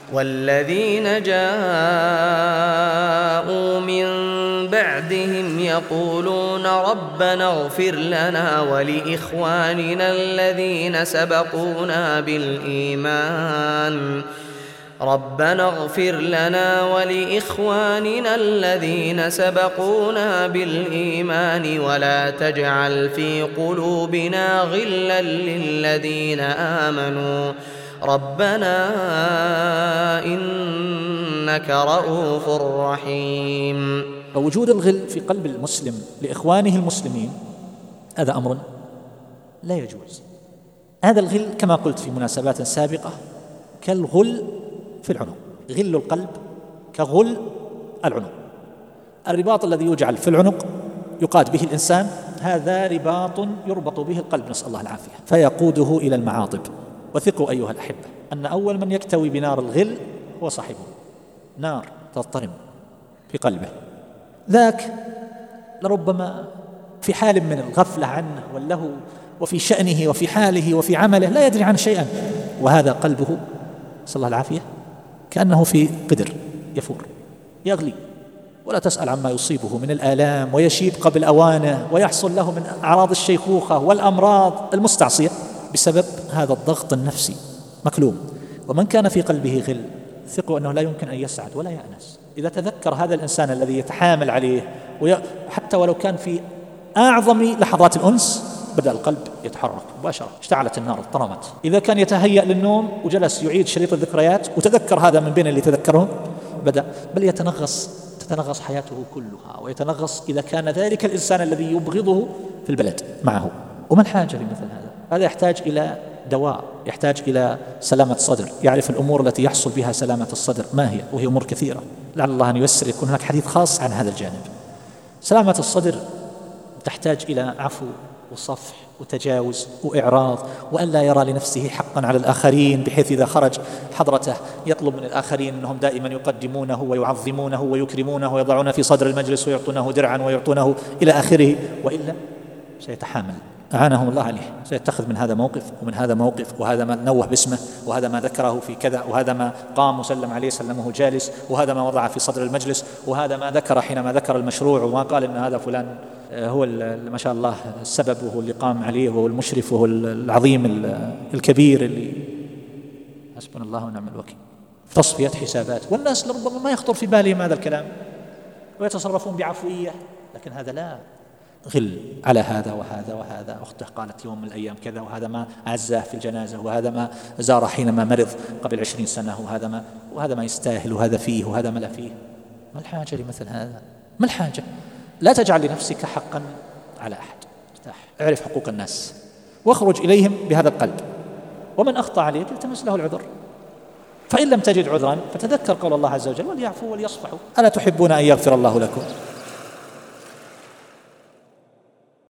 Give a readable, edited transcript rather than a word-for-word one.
والذين جاءوا من بعدهم يقولون ربنا اغفر لنا ولإخواننا الذين سبقونا بالإيمان ولا تجعل في قلوبنا غلا للذين آمنوا ربنا إنك رؤوف رحيم. ووجود الغل في قلب المسلم لإخوانه المسلمين هذا أمر لا يجوز. هذا الغل كما قلت في مناسبات سابقة كالغل في العنق، غل القلب كغل العنق. الرباط الذي يجعل في العنق يقاد به الإنسان، هذا رباط يربط به القلب، نسأل الله العافية، فيقوده إلى المعاطب. وثقوا أيها الأحبة أن أول من يكتوي بنار الغل هو صاحبه، نار تضطرم في قلبه، ذاك لربما في حال من الغفلة عنه واللهو وفي شأنه وفي حاله وفي عمله لا يدري عنه شيئا، وهذا قلبه نسأل الله العافية كأنه في قدر يفور يغلي، ولا تسأل عما يصيبه من الآلام، ويشيب قبل أوانه، ويحصل له من أعراض الشيخوخة والأمراض المستعصية بسبب هذا الضغط النفسي مكلوم. ومن كان في قلبه غل ثقوا أنه لا يمكن أن يسعد ولا يأنس. إذا تذكر هذا الإنسان الذي يتحامل عليه حتى ولو كان في أعظم لحظات الأنس بدأ القلب يتحرك مباشرة، اشتعلت النار اضطرمت. إذا كان يتهيأ للنوم وجلس يعيد شريط الذكريات وتذكر هذا من بين اللي تذكرهم بدأ بل تتنغص حياته كلها، ويتنغص إذا كان ذلك الإنسان الذي يبغضه في البلد معه. وما الحاجة لمثل هذا؟ هذا يحتاج إلى دواء، يحتاج إلى سلامة صدر، يعرف الأمور التي يحصل بها سلامة الصدر ما هي، وهي أمور كثيرة لعل الله أن ييسر يكون هناك حديث خاص عن هذا الجانب. سلامة الصدر تحتاج إلى عفو وصفح وتجاوز وإعراض، وأن لا يرى لنفسه حقا على الآخرين، بحيث إذا خرج حضرته يطلب من الآخرين أنهم دائما يقدمونه ويعظمونه ويكرمونه ويضعونه في صدر المجلس ويعطونه درعا ويعطونه إلى آخره، وإلا سيتحامل أعانهم الله عليه، سيتخذ من هذا موقف ومن هذا موقف، وهذا ما نوه باسمه، وهذا ما ذكره في كذا، وهذا ما قام وسلم عليه سلمه جالس، وهذا ما وضع في صدر المجلس، وهذا ما ذكر حينما ذكر المشروع، وما قال إن هذا فلان هو ما شاء الله السبب، وهو اللي قام عليه، وهو المشرف، وهو العظيم الكبير اللي حسبنا الله ونعم الوكيل. تصفية حسابات، والناس لربما ما يخطر في بالهم هذا الكلام ويتصرفون بعفوية، لكن هذا لا، غل على هذا وهذا وهذا، أخته قالت يوم من الأيام كذا، وهذا ما عزاه في الجنازة، وهذا ما زاره حينما مرض قبل 20 سنة، وهذا ما يستاهل، وهذا فيه، وهذا ما لا فيه. ما الحاجة لمثل هذا؟ ما الحاجة؟ لا تجعل لنفسك حقا على أحد، اعرف حقوق الناس واخرج إليهم بهذا القلب، ومن أخطأ عليك التمس له العذر، فإن لم تجد عذرا فتذكر قول الله عز وجل وليعفوا وليصفحوا، ألا تحبون أن يغفر الله لكم؟